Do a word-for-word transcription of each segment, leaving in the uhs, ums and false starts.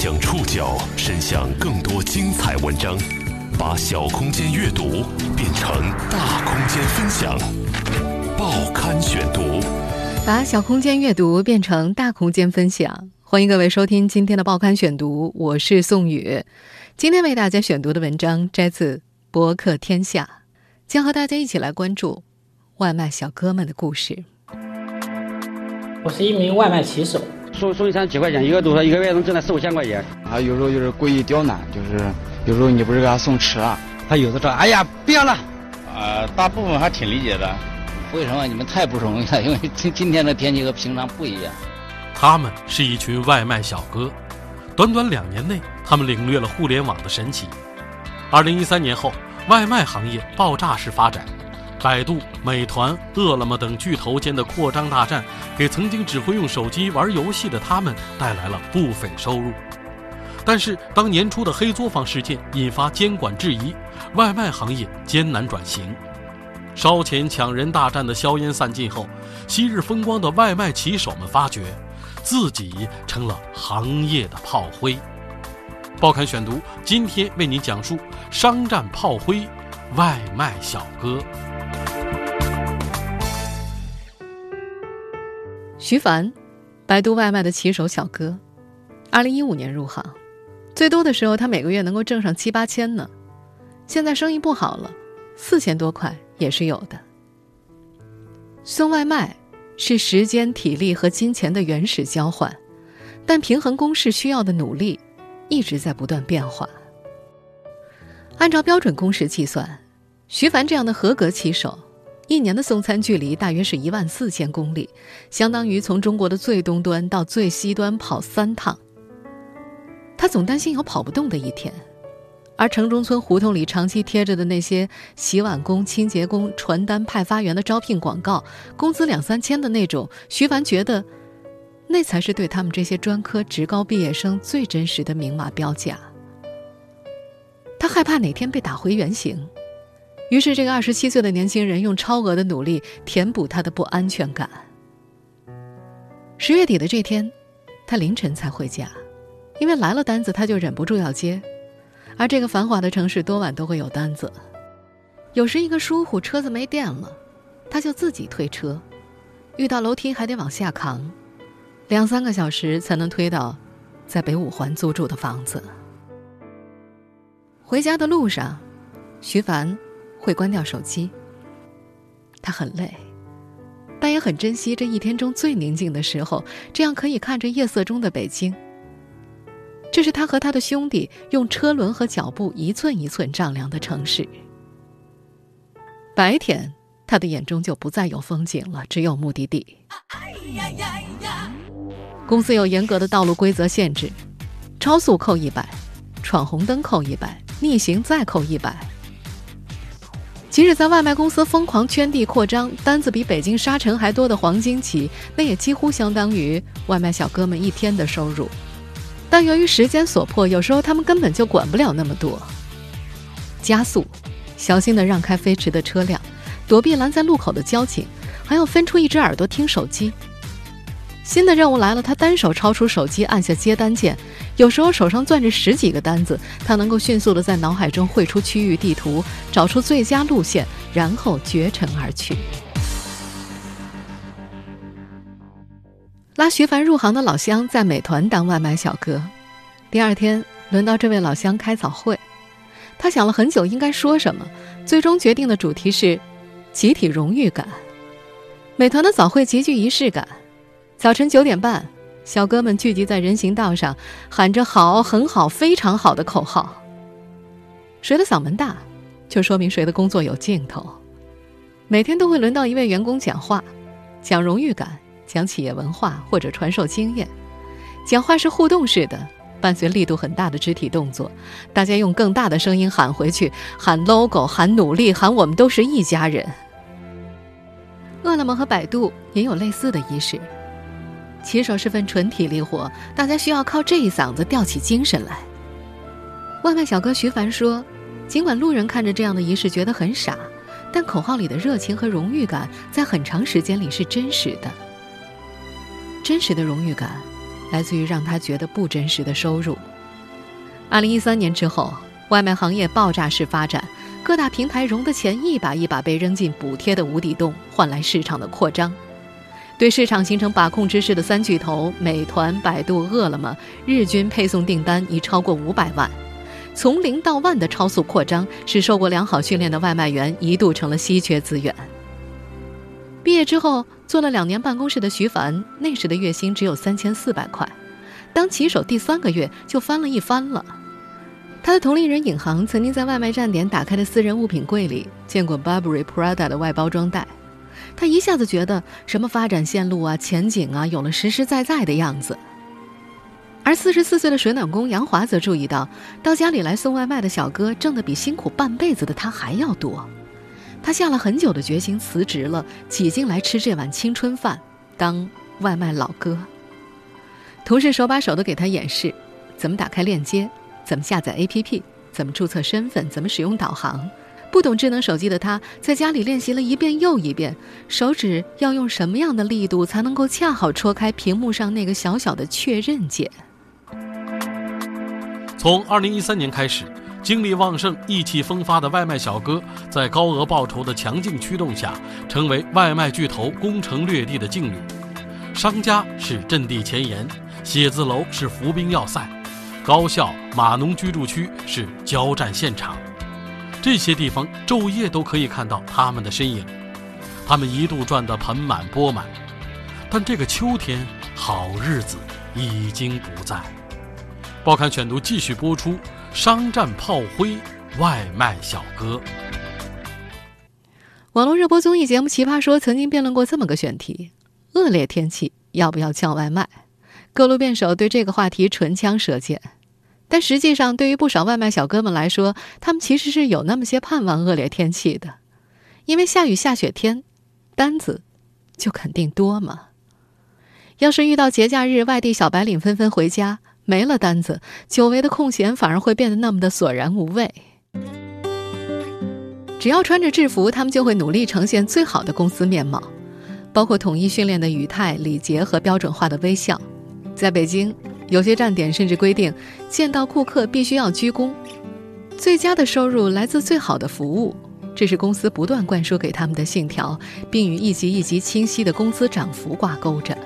将触角伸向更多精彩文章，把小空间阅读变成大空间分享。报刊选读， 把小空间阅读变成大空间分享。欢迎各位收听今天的报刊选读，我是宋宇。今天为大家选读的文章摘自博客天下，将和大家一起来关注外卖小哥们的故事。 我是一名外卖骑手， 送送一餐几块钱，一个多少一个月能挣到四五千块钱。 他有时候就是故意刁难，就是有时候你不是给他送迟了， 他有的说哎呀不要了， 啊、呃，大部分还挺理解的。 为什么你们太不容易了？因为今今天的天气和平常不一样。 他们是一群外卖小哥，短短两年内，他们领略了互联网的神奇。二零一三年后，外卖行业爆炸式发展。百度、美团、饿了么等巨头间的扩张大战，给曾经只会用手机玩游戏的他们带来了不菲收入。但是，当年初的黑作坊事件引发监管质疑，外卖行业艰难转型。烧钱抢人大战的硝烟散尽后，昔日风光的外卖骑手们发觉，自己成了行业的炮灰。报刊选读今天为您讲述商战炮灰，外卖小哥。 徐凡，百度外卖的骑手小哥，二零一五年入行，最多的时候他每个月能够挣上七八千呢。现在生意不好了，四千多块也是有的。送外卖是时间、体力和金钱的原始交换，但平衡公式需要的努力一直在不断变化。按照标准工时计算，徐凡这样的合格骑手一年的送餐距离大约是一万四千公里，相当于从中国的最东端到最西端跑三趟。他总担心有跑不动的一天，而城中村胡同里长期贴着的那些洗碗工、清洁工、传单派发员的招聘广告，工资两三千的那种，徐凡觉得那才是对他们这些专科职高毕业生最真实的明码标价。他害怕哪天被打回原形，于是这个二十七岁的年轻人用超额的努力填补他的不安全感。十月底的这天，他凌晨才回家，因为来了单子他就忍不住要接，而这个繁华的城市多晚都会有单子。有时一个疏忽，车子没电了，他就自己推车，遇到楼梯还得往下扛，两三个小时才能推到在北五环租住的房子。回家的路上，徐凡会关掉手机，他很累，但也很珍惜这一天中最宁静的时候，这样可以看着夜色中的北京。这是他和他的兄弟用车轮和脚步一寸一寸丈量的城市。白天他的眼中就不再有风景了，只有目的地。公司有严格的道路规则限制，超速扣一百，闯红灯扣一百，逆行再扣一百。即使在外卖公司疯狂圈地扩张，单子比北京沙尘还多的黄金期，那也几乎相当于外卖小哥们一天的收入。但由于时间所迫，有时候他们根本就管不了那么多。加速，小心地让开飞驰的车辆，躲避拦在路口的交警，还要分出一只耳朵听手机。新的任务来了，他单手抄出手机，按下接单键，有时候手上攥着十几个单子，他能够迅速地在脑海中绘出区域地图，找出最佳路线，然后绝尘而去。拉徐凡入行的老乡在美团当外卖小哥，第二天轮到这位老乡开早会，他想了很久应该说什么，最终决定的主题是集体荣誉感。美团的早会极具仪式感，早晨九点半，小哥们聚集在人行道上，喊着好、很好、非常好的口号。谁的嗓门大，就说明谁的工作有劲头。每天都会轮到一位员工讲话，讲荣誉感，讲企业文化或者传授经验。讲话是互动式的，伴随力度很大的肢体动作，大家用更大的声音喊回去，喊 logo， 喊努力，喊我们都是一家人。饿了么和百度也有类似的仪式，骑手是份纯体力活，大家需要靠这一嗓子吊起精神来。外卖小哥徐凡说，尽管路人看着这样的仪式觉得很傻，但口号里的热情和荣誉感在很长时间里是真实的。真实的荣誉感来自于让他觉得不真实的收入。 二零一三年之后，外卖行业爆炸式发展，各大平台融的钱一把一把被扔进补贴的无底洞，换来市场的扩张。对市场形成把控之势的三巨头美团、百度、饿了么，日均配送订单已超过五百万。从零到万的超速扩张，使受过良好训练的外卖员一度成了稀缺资源。毕业之后做了两年办公室的徐凡，那时的月薪只有三千四百块，当骑手第三个月就翻了一番了。他的同龄人尹航曾经在外卖站点打开的私人物品柜里见过 Burberry Prada 的外包装袋，他一下子觉得什么发展线路啊、前景啊有了实实在在的样子。而四十四岁的水暖工杨华则注意到，到家里来送外卖的小哥挣得比辛苦半辈子的他还要多。他下了很久的决心辞职了，挤进来吃这碗青春饭，当外卖老哥。同事手把手地给他演示怎么打开链接，怎么下载 A P P， 怎么注册身份，怎么使用导航。不懂智能手机的他在家里练习了一遍又一遍，手指要用什么样的力度才能够恰好戳开屏幕上那个小小的确认键。 从二零一三年开始，精力旺盛、意气风发的外卖小哥，在高额报酬的强劲驱动下，成为外卖巨头攻城略地的劲旅。商家是阵地前沿，写字楼是伏兵要塞，高校、码农居住区是交战现场。这些地方昼夜都可以看到他们的身影，他们一度赚得盆满钵满。但这个秋天，好日子已经不在。报刊选读继续播出，商战炮灰，外卖小哥。 网络热播综艺节目《奇葩说》曾经辩论过这么个选题：恶劣天气要不要叫外卖？各路辩手对这个话题唇枪舌剑。但实际上，对于不少外卖小哥们来说，他们其实是有那么些盼望恶劣天气的，因为下雨下雪天，单子就肯定多嘛。要是遇到节假日，外地小白领纷纷回家，没了单子，久违的空闲反而会变得那么的索然无味。只要穿着制服，他们就会努力呈现最好的公司面貌，包括统一训练的语态、礼节和标准化的微笑。在北京，有些站点甚至规定见到顾客必须要鞠躬。最佳的收入来自最好的服务，这是公司不断灌输给他们的信条，并与一级一级清晰的工资涨幅挂钩着。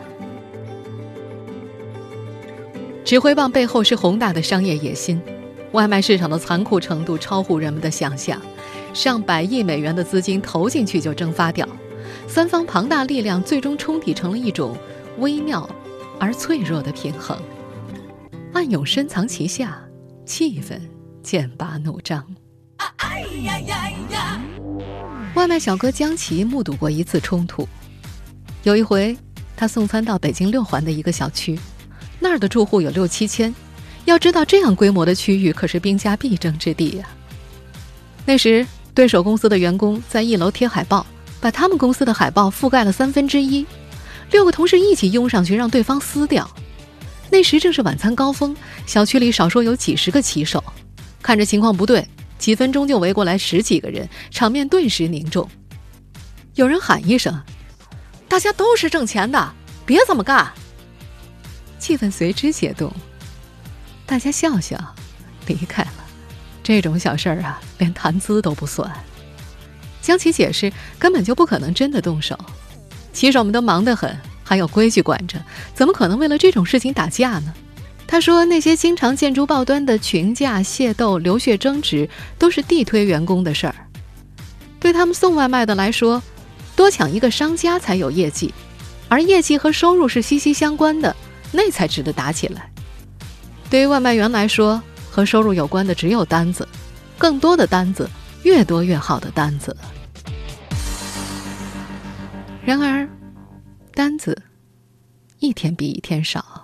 指挥棒背后是宏大的商业野心，外卖市场的残酷程度超乎人们的想象，上百亿美元的资金投进去就蒸发掉，三方庞大力量最终冲抵成了一种微妙而脆弱的平衡，暗涌深藏其下，气氛剑拔弩张。哎呀呀呀！外卖小哥江奇目睹过一次冲突。有一回，他送餐到北京六环的一个小区，那儿的住户有六七千，要知道这样规模的区域可是兵家必争之地呀、啊。那时，对手公司的员工在一楼贴海报，把他们公司的海报覆盖了三分之一。六个同事一起拥上去，让对方撕掉。那时正是晚餐高峰，小区里少说有几十个骑手，看着情况不对，几分钟就围过来十几个人，场面顿时凝重。有人喊一声：“大家都是挣钱的，别这么干！”气氛随之解冻，大家笑笑离开了。这种小事儿啊，连谈资都不算。江奇解释，根本就不可能真的动手。骑手们都忙得很，还有规矩管着，怎么可能为了这种事情打架呢？他说，那些经常见诸报端的群架、械斗、流血争执，都是地推员工的事儿。对他们送外卖的来说，多抢一个商家才有业绩，而业绩和收入是息息相关的，那才值得打起来。对于外卖员来说，和收入有关的只有单子，更多的单子，越多越好的单子。然而，单子一天比一天少。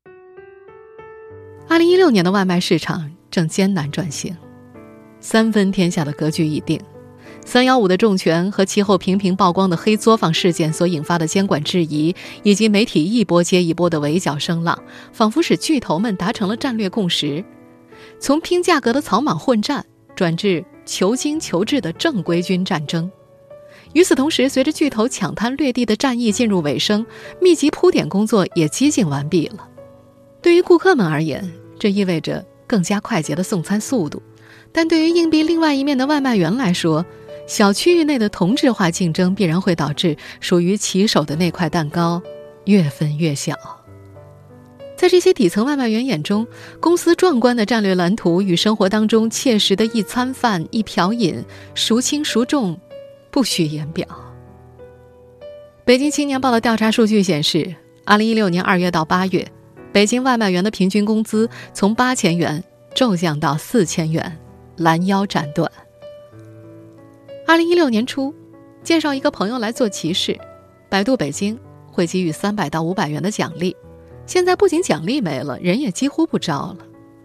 二零一六年的外卖市场正艰难转型，三分天下的格局已定。三一五的重拳和其后频频曝光的黑作坊事件所引发的监管质疑，以及媒体一波接一波的围剿声浪，仿佛使巨头们达成了战略共识，从拼价格的草莽混战转至求精求质的正规军战争。与此同时，随着巨头抢滩掠地的战役进入尾声，密集铺点工作也接近完毕了。对于顾客们而言，这意味着更加快捷的送餐速度。但对于硬币另外一面的外卖员来说，小区域内的同质化竞争必然会导致属于骑手的那块蛋糕越分越小。在这些底层外卖员眼中，公司壮观的战略蓝图与生活当中切实的一餐饭一瓢饮，孰轻孰重不需言表。北京青年报的调查数据显示，二零一六年二月到八月，北京外卖员的平均工资从八千元骤降到四千元，拦腰斩断。二零一六年初，介绍一个朋友来做骑士，百度北京会给予三百到五百元的奖励。现在不仅奖励没了，人也几乎不招了。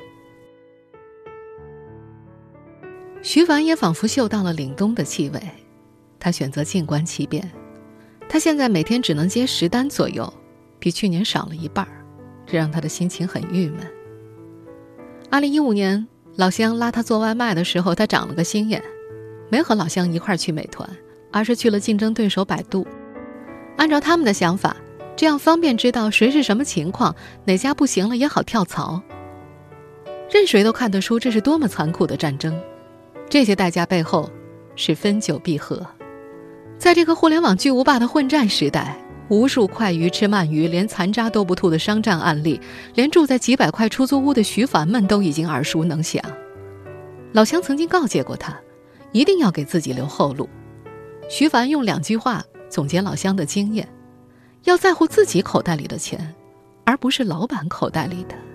徐凡也仿佛嗅到了凛冬的气味，他选择静观其变。他现在每天只能接十单左右，比去年少了一半，这让他的心情很郁闷。二零一五年，老乡拉他做外卖的时候，他长了个心眼，没和老乡一块去美团，而是去了竞争对手百度。按照他们的想法，这样方便知道谁是什么情况，哪家不行了也好跳槽。任谁都看得出这是多么残酷的战争，这些代价背后是分久必合。在这个互联网巨无霸的混战时代，无数快鱼吃慢鱼，连残渣都不吐的商战案例，连住在几百块出租屋的徐凡们都已经耳熟能详。老乡曾经告诫过他，一定要给自己留后路。徐凡用两句话总结老乡的经验：要在乎自己口袋里的钱，而不是老板口袋里的。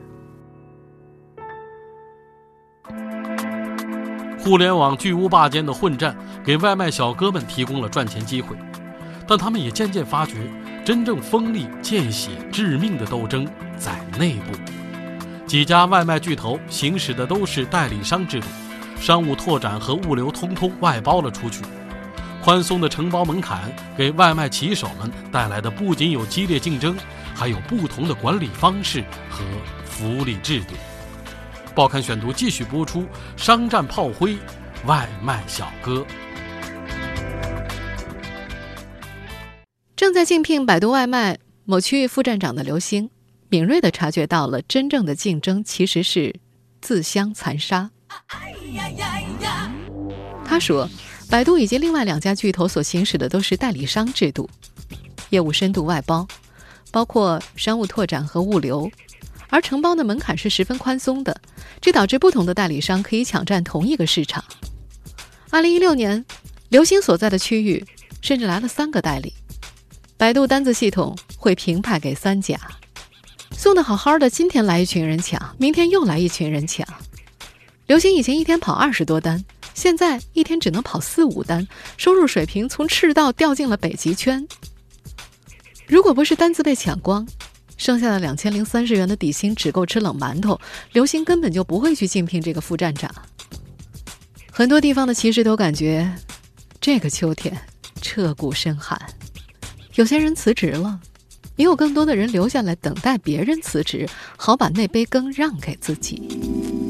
互联网巨无霸间的混战给外卖小哥们提供了赚钱机会，但他们也渐渐发觉，真正锋利、见血、致命的斗争在内部。几家外卖巨头行使的都是代理商制度，商务拓展和物流通通外包了出去。宽松的承包门槛给外卖骑手们带来的不仅有激烈竞争，还有不同的管理方式和福利制度。报刊选读继续播出：商战炮灰，外卖小哥。 正在竞聘百度外卖某区域副站长的刘星，敏锐地察觉到了真正的竞争其实是自相残杀。他说，百度以及另外两家巨头所行使的都是代理商制度，业务深度外包，包括商务拓展和物流，而承包的门槛是十分宽松的，这导致不同的代理商可以抢占同一个市场。二零一六年，刘星所在的区域甚至来了三个代理，百度单子系统会平派给三家，送得好好的，今天来一群人抢，明天又来一群人抢。刘星以前一天跑二十多单，现在一天只能跑四五单，收入水平从赤道掉进了北极圈。如果不是单子被抢光，剩下的两千零三十元的底薪只够吃冷馒头，刘星根本就不会去竞聘这个副站长。很多地方的骑士都感觉这个秋天彻骨深寒，有些人辞职了，也有更多的人留下来等待别人辞职，好把那杯羹让给自己。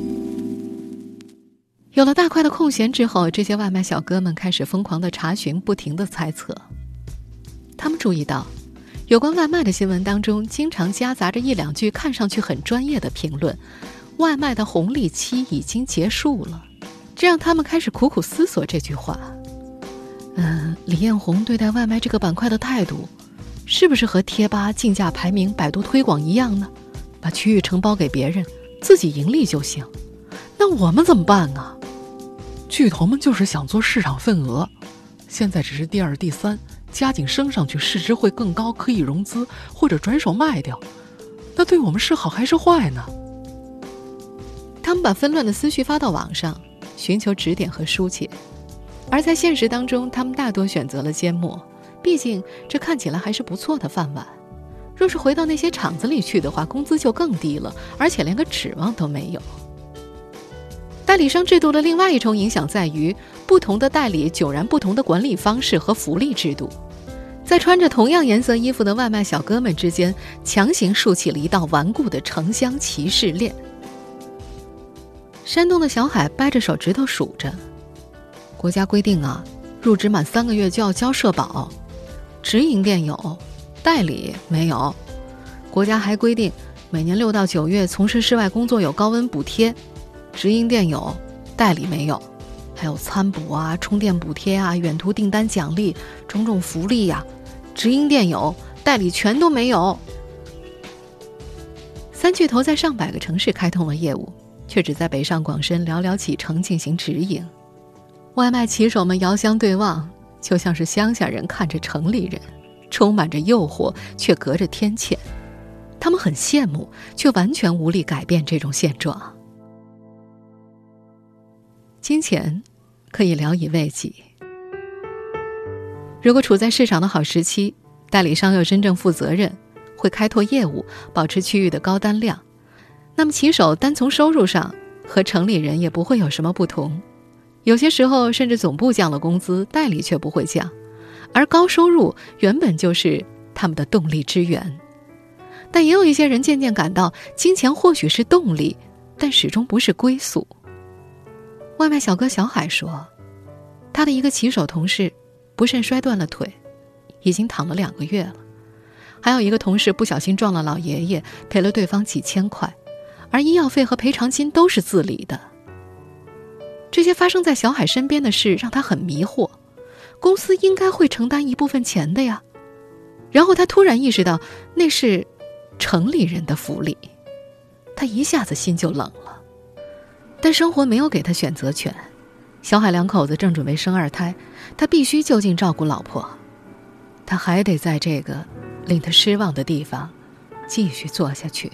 有了大块的空闲之后，这些外卖小哥们开始疯狂的查询，不停的猜测。他们注意到有关外卖的新闻当中经常夹杂着一两句看上去很专业的评论，外卖的红利期已经结束了，这让他们开始苦苦思索这句话。嗯，李彦宏对待外卖这个板块的态度是不是和贴吧、竞价排名、百度推广一样呢？把区域承包给别人，自己盈利就行。那我们怎么办啊？ 巨头们就是想做市场份额，现在只是第二、第三，加紧升上去，市值会更高，可以融资或者转手卖掉。那对我们是好还是坏呢？ 他们把纷乱的思绪发到网上，寻求指点和疏解。而在现实当中，他们大多选择了缄默，毕竟这看起来还是不错的饭碗。若是回到那些厂子里去的话，工资就更低了，而且连个指望都没有。代理商制度的另外一重影响在于，不同的代理迥然不同的管理方式和福利制度，在穿着同样颜色衣服的外卖小哥们之间强行竖起了一道顽固的城乡歧视链。山东的小海掰着手指头数着，国家规定啊，入职满三个月就要交社保，直营店有，代理没有。国家还规定， 每年六到九月从事室外工作有高温补贴，直营店有，代理没有，还有餐补啊、充电补贴啊、远途订单奖励，种种福利呀、啊，直营店有，代理全都没有。三巨头在上百个城市开通了业务，却只在北上广深寥寥几城进行直营。外卖骑手们遥相对望，就像是乡下人看着城里人，充满着诱惑，却隔着天堑。他们很羡慕，却完全无力改变这种现状。金钱可以聊以慰藉，如果处在市场的好时期，代理商又真正负责任，会开拓业务，保持区域的高单量，那么骑手单从收入上和城里人也不会有什么不同。有些时候甚至总部降了工资，代理却不会降，而高收入原本就是他们的动力之源。但也有一些人渐渐感到，金钱或许是动力，但始终不是归宿。外卖小哥小海说，他的一个骑手同事不慎摔断了腿，已经躺了两个月了。还有一个同事不小心撞了老爷爷，赔了对方几千块，而医药费和赔偿金都是自理的。这些发生在小海身边的事让他很迷惑，公司应该会承担一部分钱的呀。然后他突然意识到，那是城里人的福利，他一下子心就冷了。但生活没有给他选择权，小海两口子正准备生二胎，他必须就近照顾老婆，他还得在这个令他失望的地方继续做下去。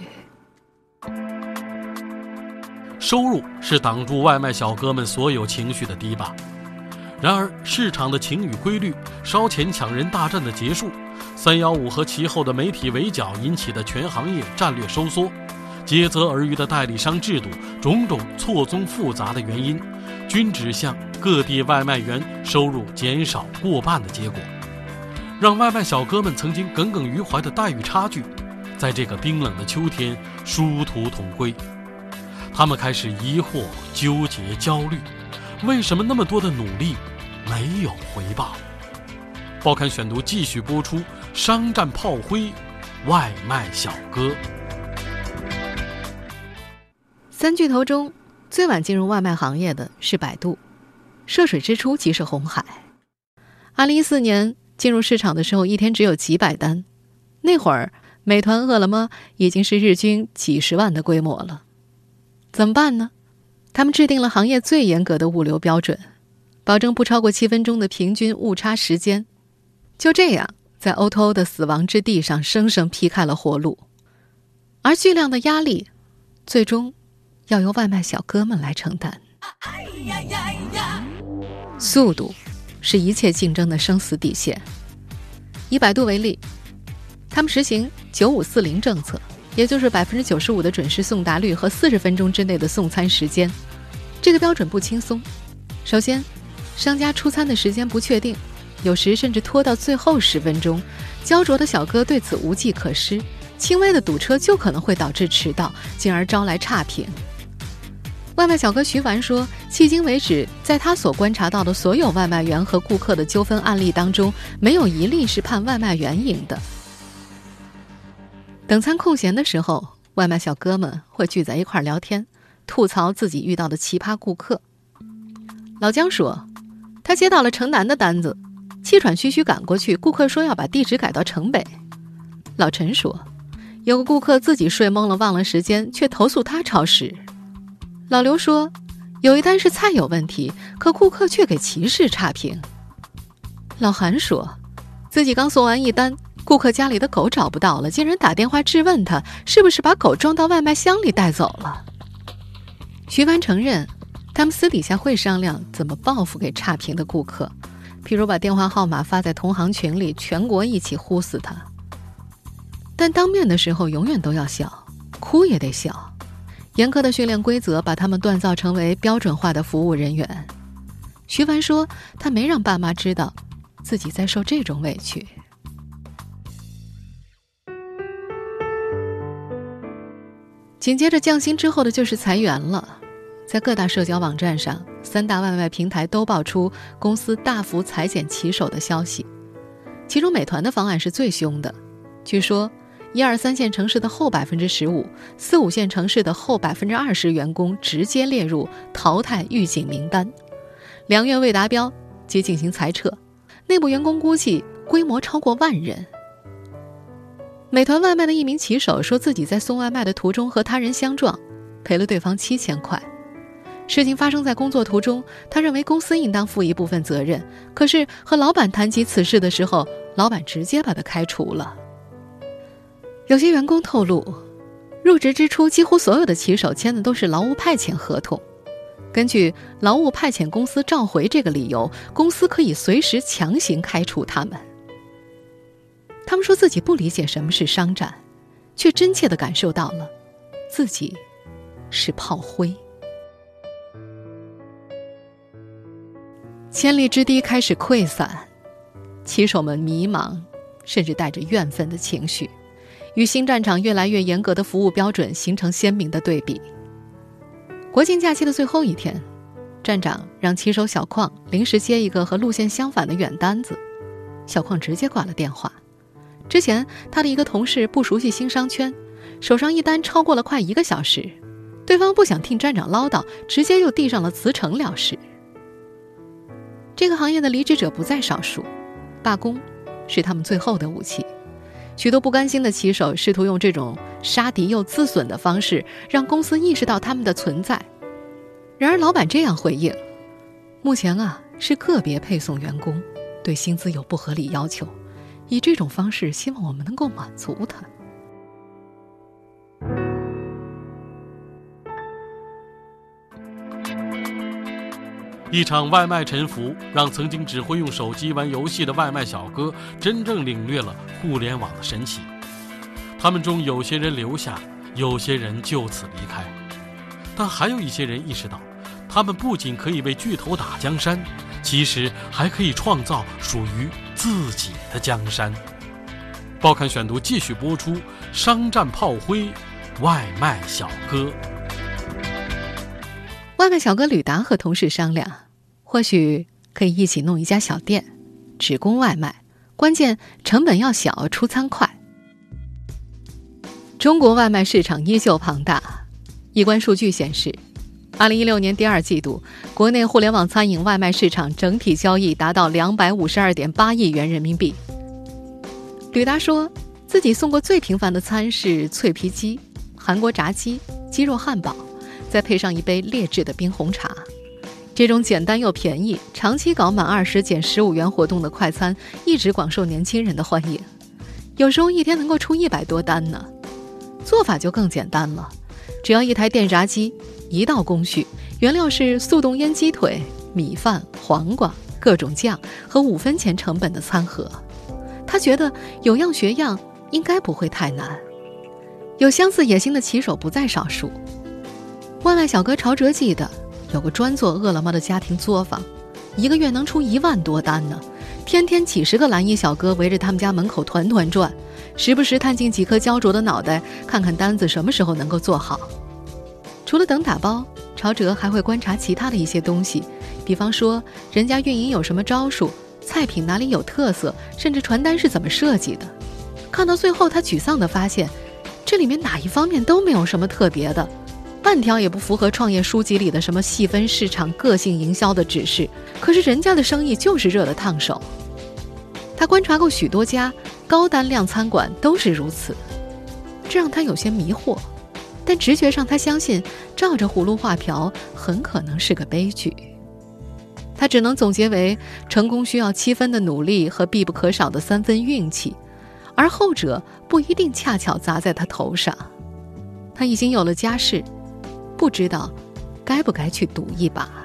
收入是挡住外卖小哥们所有情绪的堤坝。然而市场的晴雨规律，烧钱抢人大战的结束，三一五和其后的媒体围剿引起的全行业战略收缩，接踵而余的代理商制度，种种错综复杂的原因，均指向各地外卖员收入减少过半的结果，让外卖小哥们曾经耿耿于怀的待遇差距，在这个冰冷的秋天殊途同归。他们开始疑惑、纠结、焦虑，为什么那么多的努力没有回报？报刊选读继续播出，商战炮灰，外卖小哥。 三巨头中最晚进入外卖行业的是百度，涉水之初即是红海。二零一四年进入市场的时候，一天只有几百单，那会儿美团、饿了么已经是日均几十万的规模了。怎么办呢？他们制定了行业最严格的物流标准，保证不超过七分钟的平均误差时间。就这样，在 O to O 的死亡之地上生生劈开了活路。而巨量的压力，最终要由外卖小哥们来承担。速度是一切竞争的生死底线。以百度为例，他们实行九五四零政策，也就是 百分之九十五 的准时送达率和四十分钟之内的送餐时间。这个标准不轻松。首先，商家出餐的时间不确定，有时甚至拖到最后十分钟，焦灼的小哥对此无计可施，轻微的堵车就可能会导致迟到，进而招来差评。外卖小哥徐凡说，迄今为止，在他所观察到的所有外卖员和顾客的纠纷案例当中，没有一例是判外卖员赢的。等餐空闲的时候，外卖小哥们会聚在一块聊天，吐槽自己遇到的奇葩顾客。老姜说，他接到了城南的单子，气喘吁吁赶过去，顾客说要把地址改到城北。老陈说，有个顾客自己睡懵了忘了时间，却投诉他超时。老刘说，有一单是菜有问题，可顾客却给歧视差评。老韩说，自己刚送完一单，顾客家里的狗找不到了，竟然打电话质问他是不是把狗装到外卖箱里带走了。徐凡承认，他们私底下会商量怎么报复给差评的顾客，譬如把电话号码发在同行群里，全国一起呼死他。但当面的时候永远都要笑，哭也得笑。严苛的训练规则把他们锻造成为标准化的服务人员。徐凡说，他没让爸妈知道自己在受这种委屈。紧接着降薪之后的就是裁员了。在各大社交网站上，三大外卖平台都爆出公司大幅裁减骑手的消息。其中美团的方案是最凶的，据说一二三线城市的后百分之十五，四五线城市的后百分之二十员工直接列入淘汰预警名单。两月未达标即进行裁撤，内部员工估计规模超过万人。美团外卖的一名骑手说自己在送外卖的途中和他人相撞，赔了对方七千块。事情发生在工作途中，他认为公司应当负一部分责任，可是和老板谈及此事的时候，老板直接把他开除了。有些员工透露，入职之初几乎所有的骑手签的都是劳务派遣合同，根据劳务派遣公司召回这个理由，公司可以随时强行开除他们。他们说自己不理解什么是商战，却真切地感受到了自己是炮灰。千里之堤开始溃散，骑手们迷茫，甚至带着怨愤的情绪，与新战场越来越严格的服务标准形成鲜明的对比。国庆假期的最后一天，站长让骑手小邝临时接一个和路线相反的远单子，小邝直接挂了电话。之前他的一个同事不熟悉新商圈，手上一单超过了快一个小时，对方不想听站长唠叨，直接就递上了辞呈了事。这个行业的离职者不在少数，罢工是他们最后的武器。许多不甘心的骑手试图用这种杀敌又自损的方式，让公司意识到他们的存在。然而老板这样回应，目前啊是个别配送员工对薪资有不合理要求，以这种方式希望我们能够满足他。 一场外卖沉浮，让曾经只会用手机玩游戏的外卖小哥真正领略了互联网的神奇。他们中有些人留下，有些人就此离开，但还有一些人意识到，他们不仅可以为巨头打江山，其实还可以创造属于自己的江山。报刊选读继续播出：商战炮灰，外卖小哥。 外卖小哥吕达和同事商量，或许可以一起弄一家小店，只供外卖，关键成本要小，出餐快。中国外卖市场依旧庞大，一关数据显示，二零一六年第二季度，国内互联网餐饮外卖市场整体交易达到两百五十二点八亿元人民币。吕达说，自己送过最频繁的餐是脆皮鸡、韩国炸鸡、鸡肉汉堡，再配上一杯劣质的冰红茶。这种简单又便宜，长期搞满二十减十五元活动的快餐，一直广受年轻人的欢迎。有时候一天能够出一百多单呢。做法就更简单了，只要一台电炸鸡，一道工序，原料是速冻腌鸡腿、米饭、黄瓜、各种酱和五分钱成本的餐盒。他觉得有样学样，应该不会太难。有相似野心的骑手不在少数。外卖小哥曹哲记得有个专做饿了么的家庭作坊，一个月能出一万多单呢，天天几十个蓝衣小哥围着他们家门口团团转，时不时探进几颗焦灼的脑袋，看看单子什么时候能够做好。除了等打包，曹哲还会观察其他的一些东西，比方说人家运营有什么招数，菜品哪里有特色，甚至传单是怎么设计的。看到最后，他沮丧地发现，这里面哪一方面都没有什么特别的，半条也不符合创业书籍里的什么细分市场、个性营销的指示，可是人家的生意就是热得烫手。他观察过许多家高单量餐馆都是如此，这让他有些迷惑，但直觉上他相信照着葫芦画瓢很可能是个悲剧。他只能总结为，成功需要七分的努力和必不可少的三分运气，而后者不一定恰巧砸在他头上。他已经有了家室，不知道该不该去赌一把。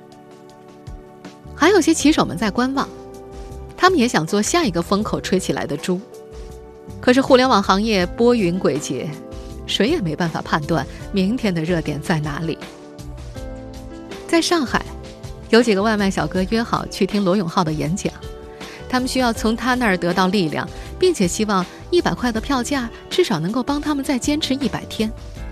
还有些骑手们在观望，他们也想做下一个风口吹起来的猪。可是互联网行业波云诡谲，谁也没办法判断明天的热点在哪里。在上海，有几个外卖小哥约好去听罗永浩的演讲，他们需要从他那儿得到力量，并且希望一百块的票价至少能够帮他们再坚持一百天。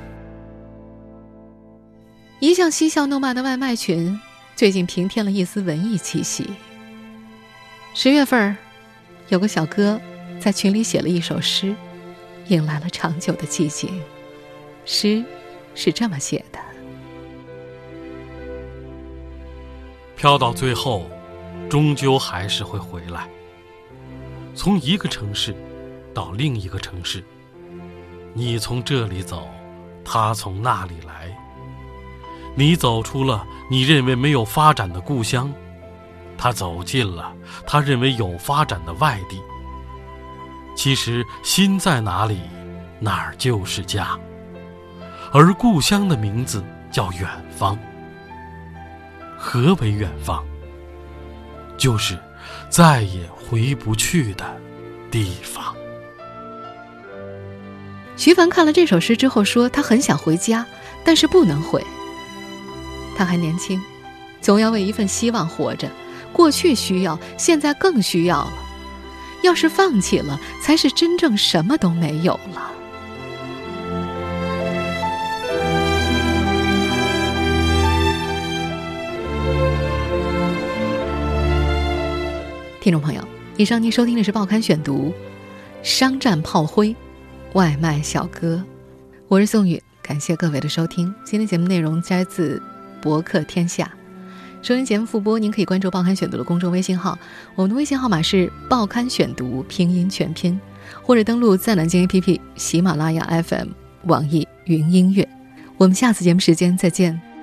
一向嬉笑怒骂的外卖群，最近平添了一丝文艺气息。十月份，有个小哥在群里写了一首诗， 迎来了长久的寂静。诗是这么写的： 飘到最后，终究还是会回来。从一个城市到另一个城市，你从这里走，他从那里来。你走出了你认为没有发展的故乡，他走进了他认为有发展的外地。其实心在哪里，哪儿就是家。而故乡的名字叫远方。何为远方？就是再也回不去的地方。 徐凡看了这首诗之后说，他很想回家，但是不能回。他还年轻，总要为一份希望活着，过去需要，现在更需要了。要是放弃了，才是真正什么都没有了。听众朋友，以上您收听的是报刊选读，商战炮灰，外卖小哥，我是宋宇，感谢各位的收听。今天节目内容摘自博客天下。收听节目复播，您可以关注报刊选读的公众微信号，我们的微信号码是报刊选读拼音全拼，或者登录在南京 A P P、喜马拉雅 F M、网易云音乐。我们下次节目时间再见。